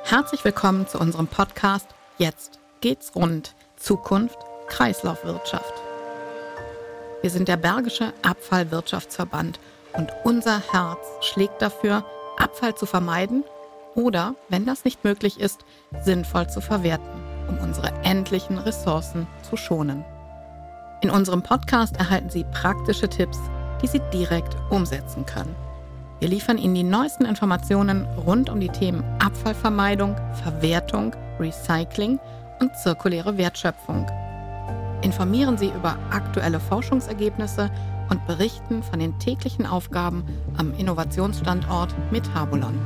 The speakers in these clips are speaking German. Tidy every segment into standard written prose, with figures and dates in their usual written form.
Herzlich willkommen zu unserem Podcast Jetzt geht's rund. Zukunft Kreislaufwirtschaft. Wir sind der Bergische Abfallwirtschaftsverband und unser Herz schlägt dafür, Abfall zu vermeiden oder, wenn das nicht möglich ist, sinnvoll zu verwerten, um unsere endlichen Ressourcen zu schonen. In unserem Podcast erhalten Sie praktische Tipps, die Sie direkt umsetzen können. Wir liefern Ihnen die neuesten Informationen rund um die Themen Abfallvermeidung, Verwertung, Recycling und zirkuläre Wertschöpfung. Informieren Sie über aktuelle Forschungsergebnisse und berichten von den täglichen Aufgaben am Innovationsstandort Metabolon.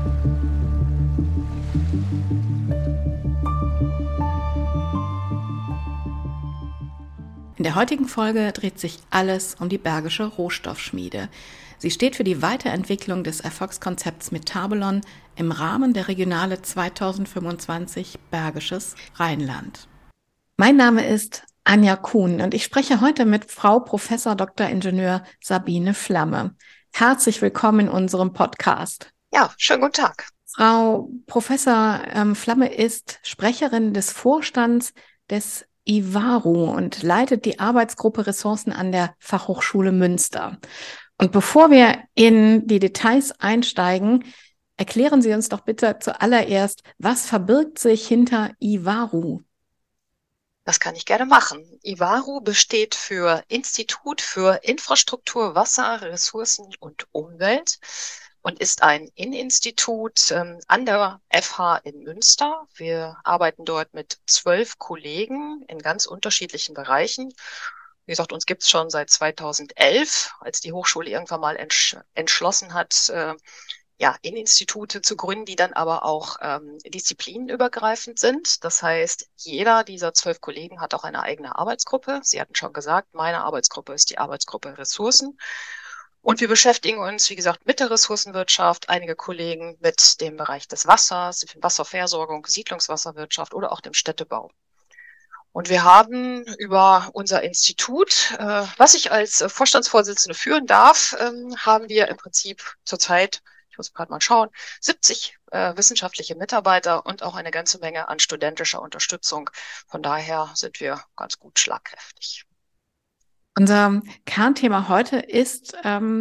In der heutigen Folge dreht sich alles um die Bergische Rohstoffschmiede. Sie steht für die Weiterentwicklung des Erfolgskonzepts Metabolon im Rahmen der Regionale 2025 Bergisches Rheinland. Mein Name ist Anja Kuhn und ich spreche heute mit Frau Prof. Dr. Ingenieur Sabine Flamme. Herzlich willkommen in unserem Podcast. Ja, schönen guten Tag. Frau Professor Flamme ist Sprecherin des Vorstands des IWARU und leitet die Arbeitsgruppe Ressourcen an der Fachhochschule Münster. Und bevor wir in die Details einsteigen, erklären Sie uns doch bitte zuallererst, was verbirgt sich hinter IWARU? Das kann ich gerne machen. IWARU besteht für Institut für Infrastruktur, Wasser, Ressourcen und Umwelt und ist ein Inneninstitut an der FH in Münster. Wir arbeiten dort mit 12 Kollegen in ganz unterschiedlichen Bereichen. Wie gesagt, uns gibt's schon seit 2011, als die Hochschule irgendwann mal entschlossen hat, Inneninstitute zu gründen, die dann aber auch disziplinenübergreifend sind. Das heißt, jeder dieser 12 Kollegen hat auch eine eigene Arbeitsgruppe. Sie hatten schon gesagt, meine Arbeitsgruppe ist die Arbeitsgruppe Ressourcen. Und wir beschäftigen uns, wie gesagt, mit der Ressourcenwirtschaft, einige Kollegen mit dem Bereich des Wassers, Wasserversorgung, Siedlungswasserwirtschaft oder auch dem Städtebau. Und wir haben über unser Institut, was ich als Vorstandsvorsitzende führen darf, haben wir im Prinzip zurzeit, ich muss gerade mal schauen, 70 wissenschaftliche Mitarbeiter und auch eine ganze Menge an studentischer Unterstützung. Von daher sind wir ganz gut schlagkräftig. Unser Kernthema heute ist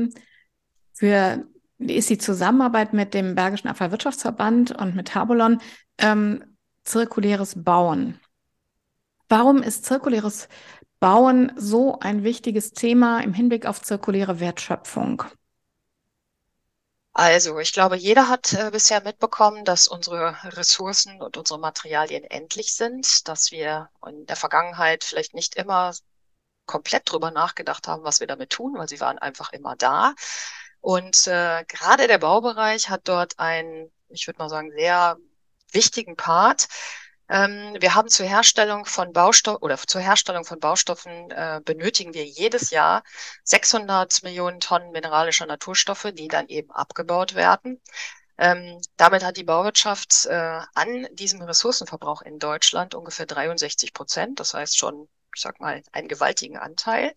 die Zusammenarbeit mit dem Bergischen Abfallwirtschaftsverband und Metabolon zirkuläres Bauen. Warum ist zirkuläres Bauen so ein wichtiges Thema im Hinblick auf zirkuläre Wertschöpfung? Also, ich glaube, jeder hat bisher mitbekommen, dass unsere Ressourcen und unsere Materialien endlich sind, dass wir in der Vergangenheit vielleicht nicht immer komplett drüber nachgedacht haben, was wir damit tun, weil sie waren einfach immer da. Und gerade der Baubereich hat dort einen, ich würde mal sagen, sehr wichtigen Part. Wir haben zur Herstellung von Baustoffen benötigen wir jedes Jahr 600 Millionen Tonnen mineralischer Naturstoffe, die dann eben abgebaut werden. Damit hat die Bauwirtschaft an diesem Ressourcenverbrauch in Deutschland ungefähr 63%. Das heißt schon, ich sag mal, einen gewaltigen Anteil.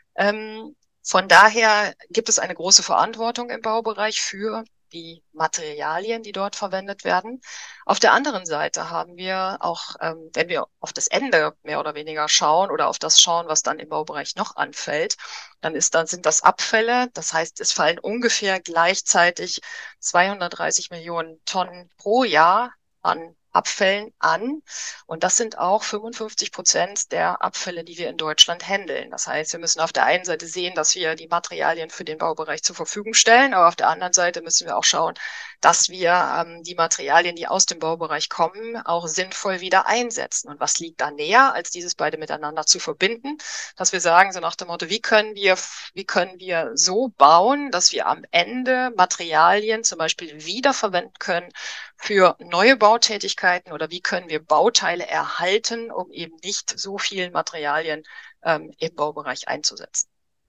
Von daher gibt es eine große Verantwortung im Baubereich für die Materialien, die dort verwendet werden. Auf der anderen Seite haben wir auch, wenn wir auf das Ende mehr oder weniger schauen oder auf das schauen, was dann im Baubereich noch anfällt, sind das Abfälle. Das heißt, es fallen ungefähr gleichzeitig 230 Millionen Tonnen pro Jahr an Abfällen an. Und das sind auch 55% der Abfälle, die wir in Deutschland handeln. Das heißt, wir müssen auf der einen Seite sehen, dass wir die Materialien für den Baubereich zur Verfügung stellen, aber auf der anderen Seite müssen wir auch schauen, dass wir die Materialien, die aus dem Baubereich kommen, auch sinnvoll wieder einsetzen. Und was liegt da näher, als dieses beide miteinander zu verbinden, dass wir sagen, so nach dem Motto, wie können wir so bauen, dass wir am Ende Materialien zum Beispiel wiederverwenden können für neue Bautätigkeiten, oder wie können wir Bauteile erhalten, um eben nicht so viel Materialien im Baubereich einzusetzen.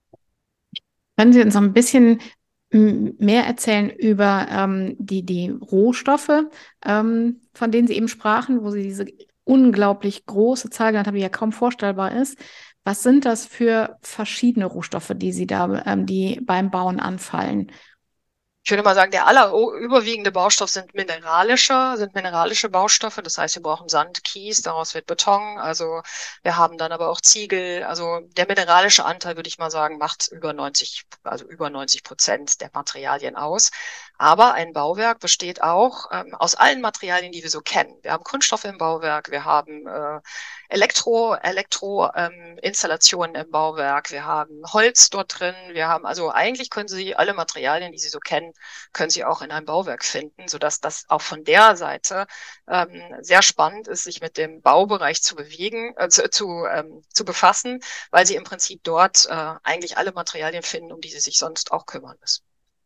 Können Sie uns noch ein bisschen mehr erzählen über die Rohstoffe, von denen Sie eben sprachen, wo Sie diese unglaublich große Zahl genannt haben, die ja kaum vorstellbar ist. Was sind das für verschiedene Rohstoffe, die beim Bauen anfallen? Ich würde mal sagen, der allerüberwiegende Baustoff sind mineralische Baustoffe. Das heißt, wir brauchen Sand, Kies, daraus wird Beton. Also wir haben dann aber auch Ziegel. Also der mineralische Anteil, würde ich mal sagen, macht über 90% der Materialien aus. Aber ein Bauwerk besteht auch aus allen Materialien, die wir so kennen. Wir haben Kunststoffe im Bauwerk, wir haben Installationen im Bauwerk, wir haben Holz dort drin, wir haben, also eigentlich können Sie alle Materialien, die Sie so kennen, können Sie auch in einem Bauwerk finden, sodass das auch von der Seite sehr spannend ist, sich mit dem Baubereich zu bewegen, zu befassen, weil Sie im Prinzip dort eigentlich alle Materialien finden, um die Sie sich sonst auch kümmern müssen.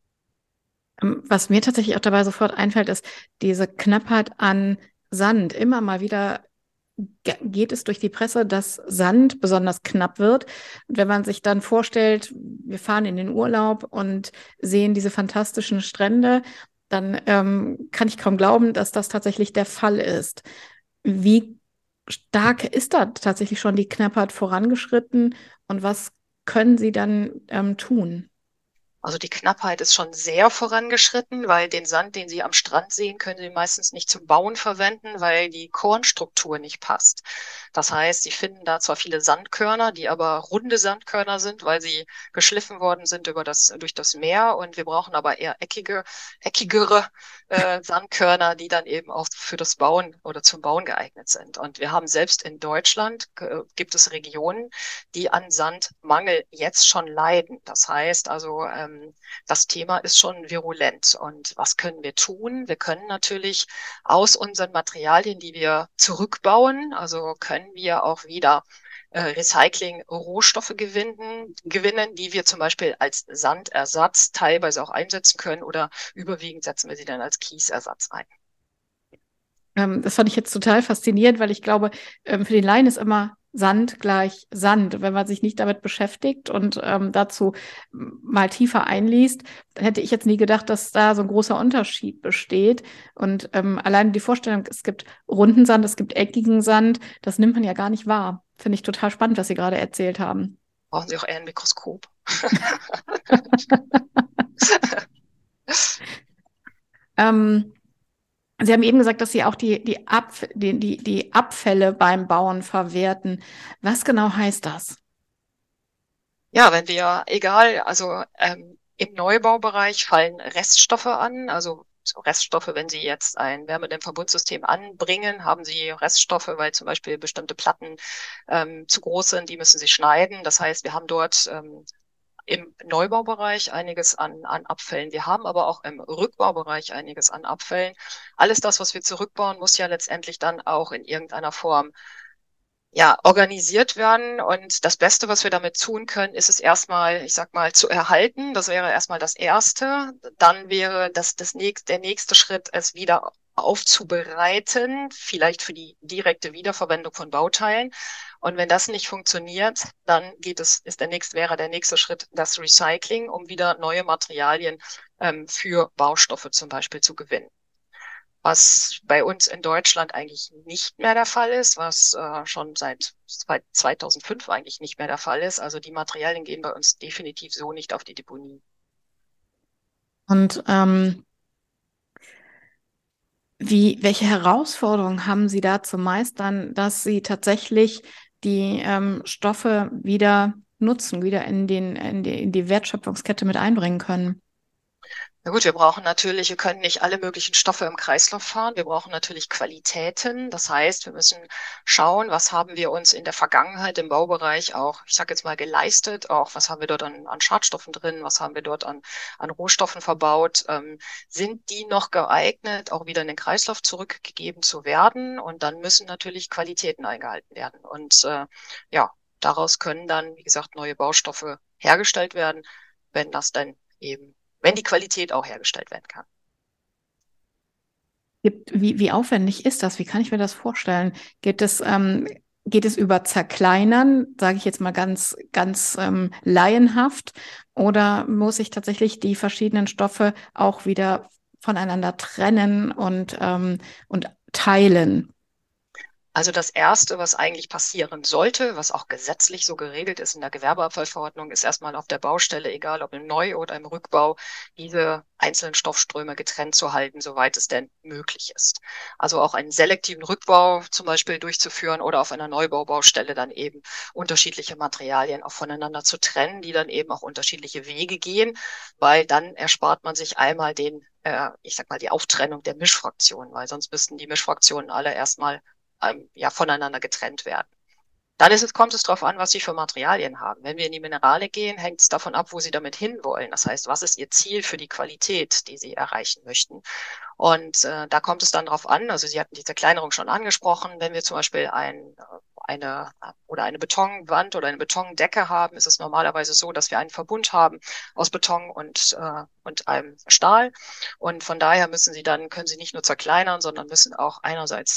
Was mir tatsächlich auch dabei sofort einfällt, ist diese Knappheit an Sand. Immer mal wieder geht es durch die Presse, dass Sand besonders knapp wird. Und wenn man sich dann vorstellt, wir fahren in den Urlaub und sehen diese fantastischen Strände, dann kann ich kaum glauben, dass das tatsächlich der Fall ist. Wie stark ist da tatsächlich schon die Knappheit vorangeschritten und was können Sie dann tun? Also die Knappheit ist schon sehr vorangeschritten, weil den Sand, den Sie am Strand sehen, können Sie meistens nicht zum Bauen verwenden, weil die Kornstruktur nicht passt. Das heißt, Sie finden da zwar viele Sandkörner, die aber runde Sandkörner sind, weil sie geschliffen worden sind durch das Meer, und wir brauchen aber eher eckigere Sandkörner, die dann eben auch für das Bauen oder zum Bauen geeignet sind. Und wir haben selbst in Deutschland, gibt es Regionen, die an Sandmangel jetzt schon leiden. Das heißt also, das Thema ist schon virulent. Und was können wir tun? Wir können natürlich aus unseren Materialien, die wir zurückbauen, also können wir auch wieder Recycling-Rohstoffe gewinnen, die wir zum Beispiel als Sandersatz teilweise auch einsetzen können, oder überwiegend setzen wir sie dann als Kiesersatz ein. Das fand ich jetzt total faszinierend, weil ich glaube, für den Laien ist immer Sand gleich Sand. Wenn man sich nicht damit beschäftigt und dazu mal tiefer einliest, dann hätte ich jetzt nie gedacht, dass da so ein großer Unterschied besteht. Und allein die Vorstellung, es gibt runden Sand, es gibt eckigen Sand, das nimmt man ja gar nicht wahr. Finde ich total spannend, was Sie gerade erzählt haben. Brauchen Sie auch eher ein Mikroskop? Ähm, Sie haben eben gesagt, dass Sie auch die Abfälle beim Bauen verwerten. Was genau heißt das? Ja, wenn wir, egal, also im Neubaubereich fallen Reststoffe an. Also so Reststoffe, wenn Sie jetzt ein Wärmedämmverbundsystem anbringen, haben Sie Reststoffe, weil zum Beispiel bestimmte Platten zu groß sind, die müssen Sie schneiden. Das heißt, wir haben dort im Neubaubereich einiges an Abfällen. Wir haben aber auch im Rückbaubereich einiges an Abfällen. Alles das, was wir zurückbauen, muss ja letztendlich dann auch in irgendeiner Form ja, organisiert werden. Und das Beste, was wir damit tun können, ist es erstmal, ich sag mal, zu erhalten. Das wäre erstmal das Erste. Dann wäre der nächste Schritt, es wieder aufzubereiten, vielleicht für die direkte Wiederverwendung von Bauteilen. Und wenn das nicht funktioniert, dann wäre der nächste Schritt das Recycling, um wieder neue Materialien für Baustoffe zum Beispiel zu gewinnen, was bei uns in Deutschland eigentlich nicht mehr der Fall ist, was schon seit 2005 eigentlich nicht mehr der Fall ist. Also die Materialien gehen bei uns definitiv so nicht auf die Deponie. Und welche Herausforderungen haben Sie da zu meistern, dass Sie tatsächlich die Stoffe wieder nutzen, wieder in die Wertschöpfungskette mit einbringen können? Na gut, wir können nicht alle möglichen Stoffe im Kreislauf fahren. Wir brauchen natürlich Qualitäten. Das heißt, wir müssen schauen, was haben wir uns in der Vergangenheit im Baubereich auch, ich sage jetzt mal, geleistet. Auch was haben wir dort an Schadstoffen drin? Was haben wir dort an Rohstoffen verbaut? Sind die noch geeignet, auch wieder in den Kreislauf zurückgegeben zu werden? Und dann müssen natürlich Qualitäten eingehalten werden. Und ja, daraus können dann, wie gesagt, neue Baustoffe hergestellt werden, wenn das dann eben wenn die Qualität auch hergestellt werden kann. Wie aufwendig ist das? Wie kann ich mir das vorstellen? Geht es über Zerkleinern, sage ich jetzt mal ganz laienhaft, oder muss ich tatsächlich die verschiedenen Stoffe auch wieder voneinander trennen und teilen? Also das Erste, was eigentlich passieren sollte, was auch gesetzlich so geregelt ist in der Gewerbeabfallverordnung, ist erstmal auf der Baustelle, egal ob im Neu- oder im Rückbau, diese einzelnen Stoffströme getrennt zu halten, soweit es denn möglich ist. Also auch einen selektiven Rückbau zum Beispiel durchzuführen oder auf einer Neubaubaustelle dann eben unterschiedliche Materialien auch voneinander zu trennen, die dann eben auch unterschiedliche Wege gehen, weil dann erspart man sich einmal ich sag mal, die Auftrennung der Mischfraktionen, weil sonst müssten die Mischfraktionen alle erstmal ja, voneinander getrennt werden. Kommt es darauf an, was Sie für Materialien haben. Wenn wir in die Minerale gehen, hängt es davon ab, wo Sie damit hinwollen. Das heißt, was ist Ihr Ziel für die Qualität, die Sie erreichen möchten? Und da kommt es dann darauf an, also Sie hatten die Zerkleinerung schon angesprochen, wenn wir zum Beispiel eine Betonwand oder eine Betondecke haben, ist es normalerweise so, dass wir einen Verbund haben aus Beton und einem Stahl. Und von daher können Sie nicht nur zerkleinern, sondern müssen auch einerseits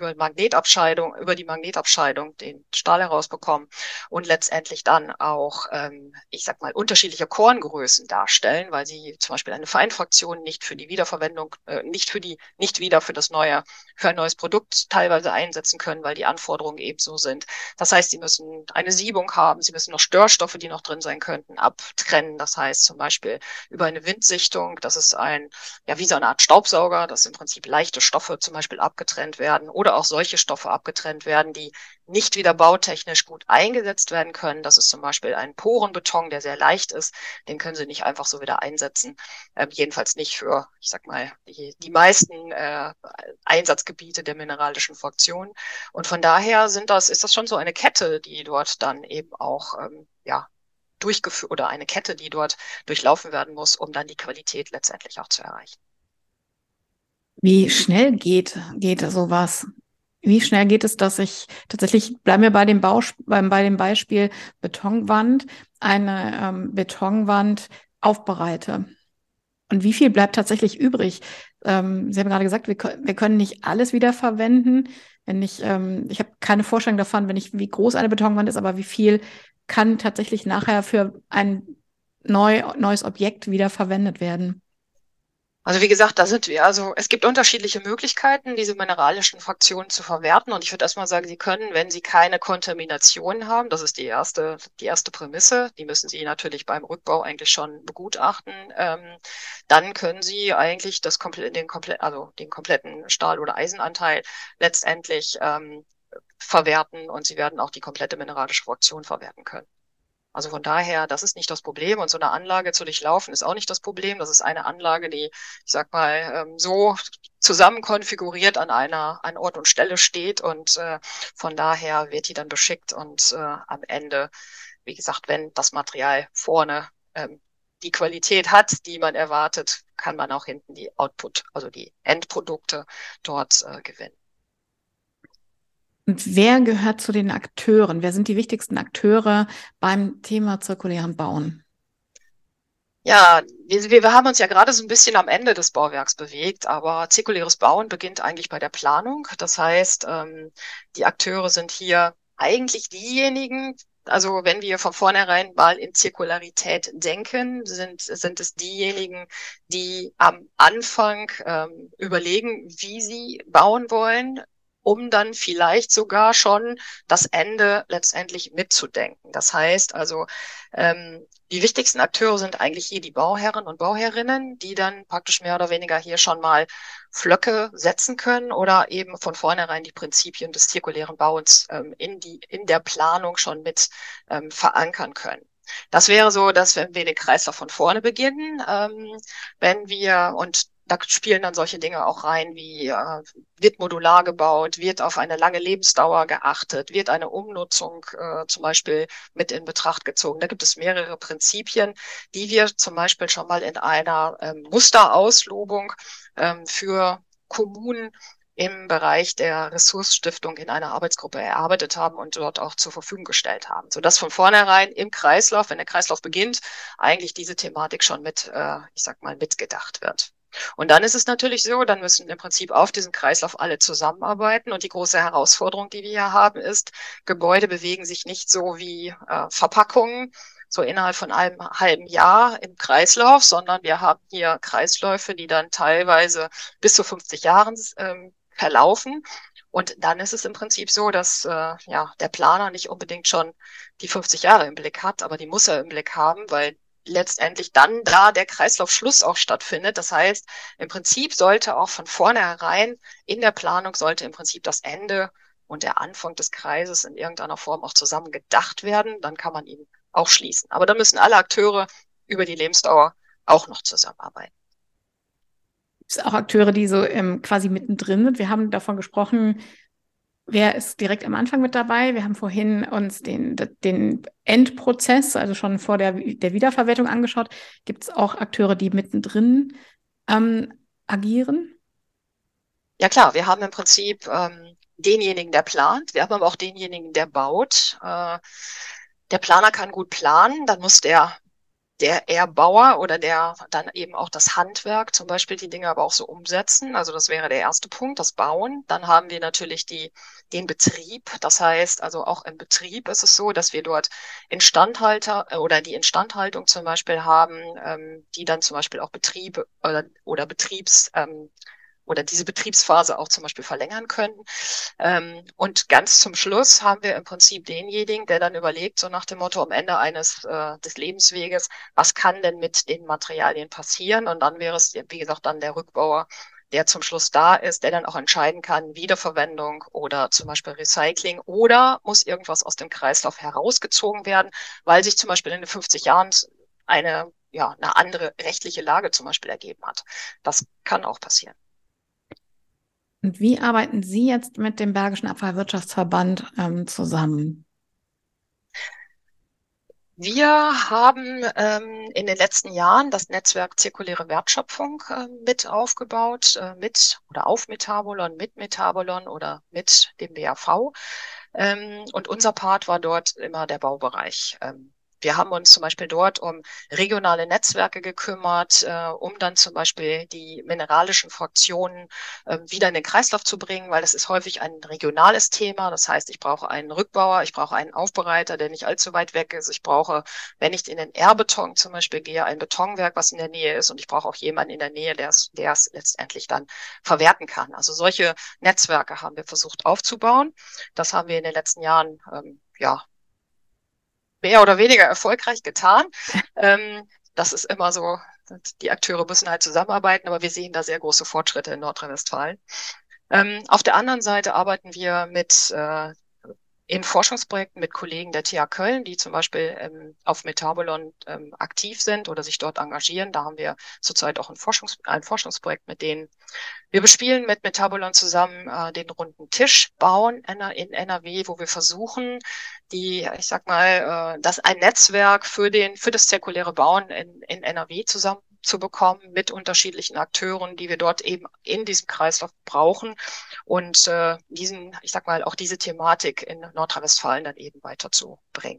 über die Magnetabscheidung den Stahl herausbekommen und letztendlich dann auch, ich sag mal, unterschiedliche Korngrößen darstellen, weil Sie zum Beispiel eine Feinfraktion nicht für die Wiederverwendung, nicht wieder für ein neues Produkt teilweise einsetzen können, weil die Anforderungen eben so sind. Das heißt, Sie müssen eine Siebung haben, Sie müssen noch Störstoffe, die noch drin sein könnten, abtrennen. Das heißt zum Beispiel über eine Windsichtung, das ist ja, wie so eine Art Staubsauger, dass im Prinzip leichte Stoffe zum Beispiel abgetrennt werden oder auch solche Stoffe abgetrennt werden, die nicht wieder bautechnisch gut eingesetzt werden können. Das ist zum Beispiel ein Porenbeton, der sehr leicht ist. Den können Sie nicht einfach so wieder einsetzen. Jedenfalls nicht für, ich sag mal, die meisten Einsatzgebiete der mineralischen Fraktion. Und von daher ist das schon so eine Kette, die dort dann eben auch, ja, durchgeführt oder eine Kette, die dort durchlaufen werden muss, um dann die Qualität letztendlich auch zu erreichen. Wie schnell geht sowas? Wie schnell geht es, dass ich tatsächlich, bleiben wir bei bei dem Beispiel Betonwand, eine Betonwand aufbereite? Und wie viel bleibt tatsächlich übrig? Sie haben gerade gesagt, wir können nicht alles wiederverwenden. Ich habe keine Vorstellung davon, wie groß eine Betonwand ist, aber wie viel kann tatsächlich nachher für ein neues Objekt wiederverwendet werden? Also wie gesagt, da sind wir. Also es gibt unterschiedliche Möglichkeiten, diese mineralischen Fraktionen zu verwerten. Und ich würde erstmal sagen, Sie können, wenn Sie keine Kontamination haben, das ist die erste Prämisse, die müssen Sie natürlich beim Rückbau eigentlich schon begutachten, dann können Sie eigentlich den kompletten Stahl- oder Eisenanteil letztendlich verwerten und Sie werden auch die komplette mineralische Fraktion verwerten können. Also von daher, das ist nicht das Problem. Und so eine Anlage zu durchlaufen ist auch nicht das Problem. Das ist eine Anlage, die, ich sag mal, so zusammen konfiguriert an Ort und Stelle steht. Und von daher wird die dann beschickt. Und am Ende, wie gesagt, wenn das Material vorne die Qualität hat, die man erwartet, kann man auch hinten also die Endprodukte dort gewinnen. Und wer gehört zu den Akteuren? Wer sind die wichtigsten Akteure beim Thema zirkulären Bauen? Ja, wir haben uns ja gerade so ein bisschen am Ende des Bauwerks bewegt, aber zirkuläres Bauen beginnt eigentlich bei der Planung. Das heißt, die Akteure sind hier eigentlich diejenigen, also wenn wir von vornherein mal in Zirkularität denken, sind es diejenigen, die am Anfang überlegen, wie sie bauen wollen, um dann vielleicht sogar schon das Ende letztendlich mitzudenken. Das heißt also, die wichtigsten Akteure sind eigentlich hier die Bauherren und Bauherrinnen, die dann praktisch mehr oder weniger hier schon mal Flöcke setzen können oder eben von vornherein die Prinzipien des zirkulären Bauens in der Planung schon mit verankern können. Das wäre so, dass wenn wir den Kreislauf von vorne beginnen, und da spielen dann solche Dinge auch rein, wie wird modular gebaut, wird auf eine lange Lebensdauer geachtet, wird eine Umnutzung zum Beispiel mit in Betracht gezogen. Da gibt es mehrere Prinzipien, die wir zum Beispiel schon mal in einer Musterauslobung für Kommunen im Bereich der Ressourcenstiftung in einer Arbeitsgruppe erarbeitet haben und dort auch zur Verfügung gestellt haben, sodass von vornherein im Kreislauf, wenn der Kreislauf beginnt, eigentlich diese Thematik schon ich sag mal, mitgedacht wird. Und dann ist es natürlich so, dann müssen im Prinzip auf diesem Kreislauf alle zusammenarbeiten. Und die große Herausforderung, die wir hier haben, ist, Gebäude bewegen sich nicht so wie Verpackungen, so innerhalb von einem halben Jahr im Kreislauf, sondern wir haben hier Kreisläufe, die dann teilweise bis zu 50 Jahren verlaufen. Und dann ist es im Prinzip so, dass ja, der Planer nicht unbedingt schon die 50 Jahre im Blick hat, aber die muss er im Blick haben, weil letztendlich dann da der Kreislaufschluss auch stattfindet. Das heißt, im Prinzip sollte auch von vornherein in der Planung sollte im Prinzip das Ende und der Anfang des Kreises in irgendeiner Form auch zusammen gedacht werden. Dann kann man ihn auch schließen. Aber da müssen alle Akteure über die Lebensdauer auch noch zusammenarbeiten. Gibt es auch Akteure, die so quasi mittendrin sind? Wir haben davon gesprochen, wer ist direkt am Anfang mit dabei? Wir haben vorhin uns den Endprozess, also schon vor der Wiederverwertung angeschaut. Gibt es auch Akteure, die mittendrin agieren? Ja klar, wir haben im Prinzip denjenigen, der plant. Wir haben aber auch denjenigen, der baut. Der Planer kann gut planen, dann muss der Erbauer oder der dann eben auch das Handwerk zum Beispiel die Dinge aber auch so umsetzen. Also das wäre der erste Punkt, das Bauen. Dann haben wir natürlich den Betrieb. Das heißt, also auch im Betrieb ist es so, dass wir dort Instandhalter oder die Instandhaltung zum Beispiel haben, die dann zum Beispiel auch Betriebe oder oder diese Betriebsphase auch zum Beispiel verlängern können. Und ganz zum Schluss haben wir im Prinzip denjenigen, der dann überlegt, so nach dem Motto am Ende des Lebensweges, was kann denn mit den Materialien passieren? Und dann wäre es, wie gesagt, dann der Rückbauer, der zum Schluss da ist, der dann auch entscheiden kann, Wiederverwendung oder zum Beispiel Recycling oder muss irgendwas aus dem Kreislauf herausgezogen werden, weil sich zum Beispiel in den 50 Jahren eine andere rechtliche Lage zum Beispiel ergeben hat. Das kann auch passieren. Und wie arbeiten Sie jetzt mit dem Bergischen Abfallwirtschaftsverband zusammen? Wir haben in den letzten Jahren das Netzwerk Zirkuläre Wertschöpfung mit aufgebaut, mit oder auf Metabolon, mit Metabolon oder mit dem BAV. Und unser Part war dort immer der Baubereich. Wir haben uns zum Beispiel dort um regionale Netzwerke gekümmert, um dann zum Beispiel die mineralischen Fraktionen wieder in den Kreislauf zu bringen, weil das ist häufig ein regionales Thema. Das heißt, ich brauche einen Rückbauer, ich brauche einen Aufbereiter, der nicht allzu weit weg ist. Ich brauche, wenn ich in den Erdbeton zum Beispiel gehe, ein Betonwerk, was in der Nähe ist. Und ich brauche auch jemanden in der Nähe, der es letztendlich dann verwerten kann. Also solche Netzwerke haben wir versucht aufzubauen. Das haben wir in den letzten Jahren, mehr oder weniger erfolgreich getan. Das ist immer so, die Akteure müssen halt zusammenarbeiten, aber wir sehen da sehr große Fortschritte in Nordrhein-Westfalen. Auf der anderen Seite arbeiten wir in Forschungsprojekten mit Kollegen der TH Köln, die zum Beispiel auf Metabolon aktiv sind oder sich dort engagieren. Da haben wir zurzeit auch ein Forschungsprojekt mit denen. Wir bespielen mit Metabolon zusammen den runden Tisch, bauen in NRW, wo wir versuchen, ich sag mal, ein Netzwerk für das zirkuläre Bauen in NRW zusammen zu bekommen mit unterschiedlichen Akteuren, die wir dort eben in diesem Kreislauf brauchen und ich sag mal, auch diese Thematik in Nordrhein-Westfalen dann eben weiterzubringen.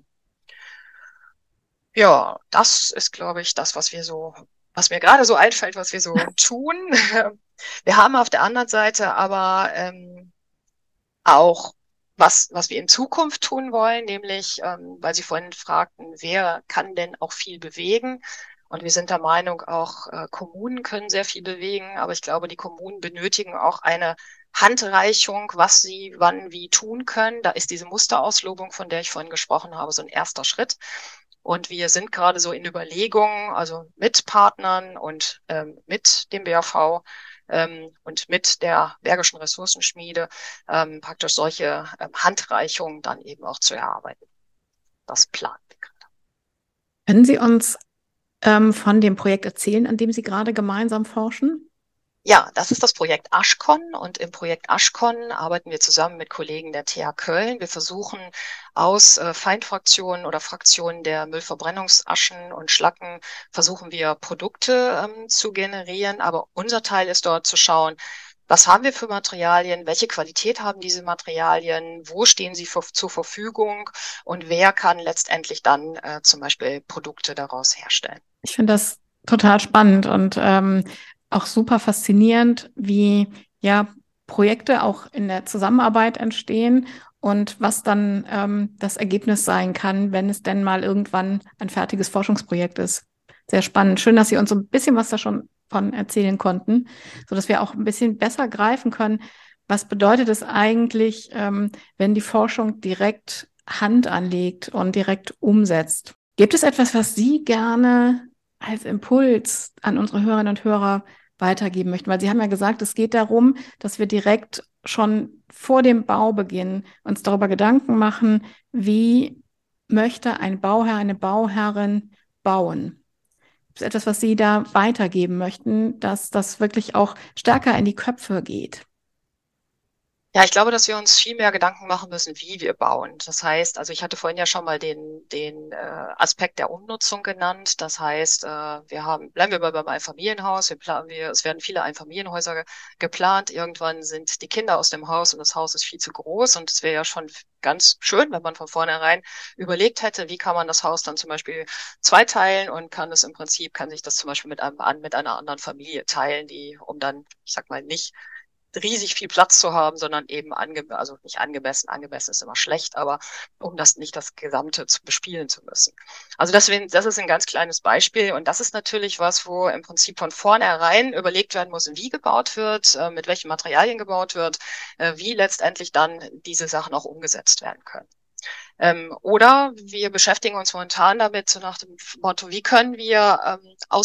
Ja, das ist, glaube ich, das, was mir gerade so einfällt, was wir so tun. Wir haben auf der anderen Seite aber auch was wir in Zukunft tun wollen, nämlich, weil Sie vorhin fragten, wer kann denn auch viel bewegen? Und wir sind der Meinung, auch Kommunen können sehr viel bewegen, aber ich glaube, die Kommunen benötigen auch eine Handreichung, was sie wann wie tun können. Da ist diese Musterauslobung, von der ich vorhin gesprochen habe, so ein erster Schritt. Und wir sind gerade so in Überlegungen, also mit Partnern und mit dem BAV und mit der Bergischen Ressourcenschmiede praktisch solche Handreichungen dann eben auch zu erarbeiten. Das planen wir gerade. Können Sie uns von dem Projekt erzählen, an dem Sie gerade gemeinsam forschen? Ja, das ist das Projekt Aschkon und im Projekt Aschkon arbeiten wir zusammen mit Kollegen der TH Köln. Wir versuchen aus Feinfraktionen oder Fraktionen der Müllverbrennungsaschen und Schlacken versuchen wir Produkte zu generieren, aber unser Teil ist dort zu schauen, was haben wir für Materialien, welche Qualität haben diese Materialien, wo stehen sie zur Verfügung und wer kann letztendlich dann zum Beispiel Produkte daraus herstellen. Ich finde das total spannend und auch super faszinierend, wie ja Projekte auch in der Zusammenarbeit entstehen und was dann das Ergebnis sein kann, wenn es denn mal irgendwann ein fertiges Forschungsprojekt ist. Sehr spannend. Schön, dass Sie uns so ein bisschen was da schon von erzählen konnten, sodass wir auch ein bisschen besser greifen können, Was bedeutet es eigentlich, wenn die Forschung direkt Hand anlegt und direkt umsetzt? Gibt es etwas, was Sie gerne als Impuls an unsere Hörerinnen und Hörer weitergeben möchten? Weil Sie haben ja gesagt, es geht darum, dass wir direkt schon vor dem Baubeginn uns darüber Gedanken machen, wie möchte ein Bauherr, eine Bauherrin bauen? Gibt es etwas, was Sie da weitergeben möchten, dass das wirklich auch stärker in die Köpfe geht? Ja, ich glaube, dass wir uns viel mehr Gedanken machen müssen, wie wir bauen. Das heißt, also ich hatte vorhin ja schon mal den Aspekt der Umnutzung genannt. Das heißt, bleiben wir mal beim Einfamilienhaus. Es werden viele Einfamilienhäuser geplant. Irgendwann sind die Kinder aus dem Haus und das Haus ist viel zu groß. Und es wäre ja schon ganz schön, wenn man von vornherein überlegt hätte, wie kann man das Haus dann zum Beispiel zweiteilen und kann sich das zum Beispiel mit einer anderen Familie teilen, um dann, ich sag mal, nicht riesig viel Platz zu haben, sondern eben also nicht angemessen ist immer schlecht, aber um nicht das Gesamte bespielen zu müssen. Also deswegen, das ist ein ganz kleines Beispiel und das ist natürlich was, wo im Prinzip von vornherein überlegt werden muss, wie gebaut wird, mit welchen Materialien gebaut wird, wie letztendlich dann diese Sachen auch umgesetzt werden können. Oder wir beschäftigen uns momentan damit, so nach dem Motto, wie können wir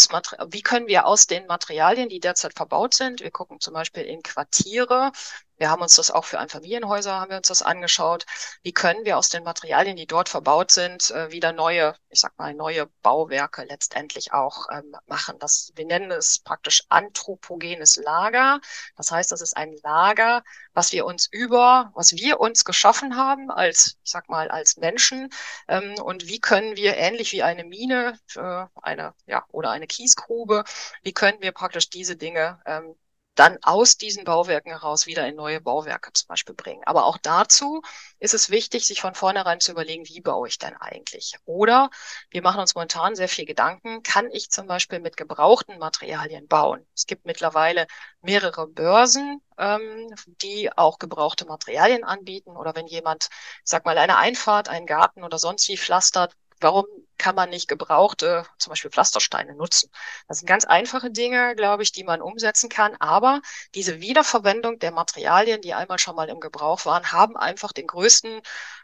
aus den Materialien, die derzeit verbaut sind, wir gucken zum Beispiel in Quartiere, wir haben uns das auch für Einfamilienhäuser, haben wir uns das angeschaut, wie können wir aus den Materialien, die dort verbaut sind, wieder neue Bauwerke letztendlich auch machen. Wir nennen es praktisch anthropogenes Lager. Das heißt, das ist ein Lager, was wir uns geschaffen haben als Menschen. Und wie können wir ähnlich wie eine Mine, oder eine Kiesgrube, wie können wir praktisch diese Dinge dann aus diesen Bauwerken heraus wieder in neue Bauwerke zum Beispiel bringen. Aber auch dazu ist es wichtig, sich von vornherein zu überlegen, wie baue ich denn eigentlich? Oder wir machen uns momentan sehr viel Gedanken, kann ich zum Beispiel mit gebrauchten Materialien bauen? Es gibt mittlerweile mehrere Börsen, die auch gebrauchte Materialien anbieten. Oder wenn jemand, eine Einfahrt, einen Garten oder sonst wie pflastert, warum kann man nicht gebrauchte, zum Beispiel Pflastersteine nutzen? Das sind ganz einfache Dinge, glaube ich, die man umsetzen kann. Aber diese Wiederverwendung der Materialien, die einmal schon mal im Gebrauch waren, haben einfach den größten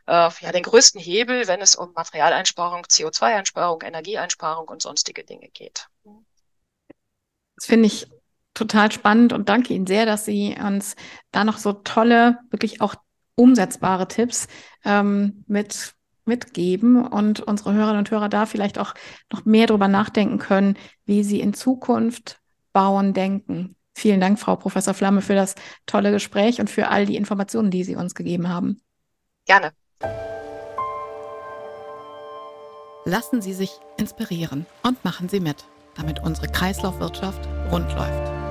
Hebel, wenn es um Materialeinsparung, CO2-Einsparung, Energieeinsparung und sonstige Dinge geht. Das finde ich total spannend und danke Ihnen sehr, dass Sie uns da noch so tolle, wirklich auch umsetzbare Tipps mitgeben und unsere Hörerinnen und Hörer da vielleicht auch noch mehr drüber nachdenken können, wie sie in Zukunft bauen, denken. Vielen Dank, Frau Professor Flamme, für das tolle Gespräch und für all die Informationen, die Sie uns gegeben haben. Gerne. Lassen Sie sich inspirieren und machen Sie mit, damit unsere Kreislaufwirtschaft rund läuft.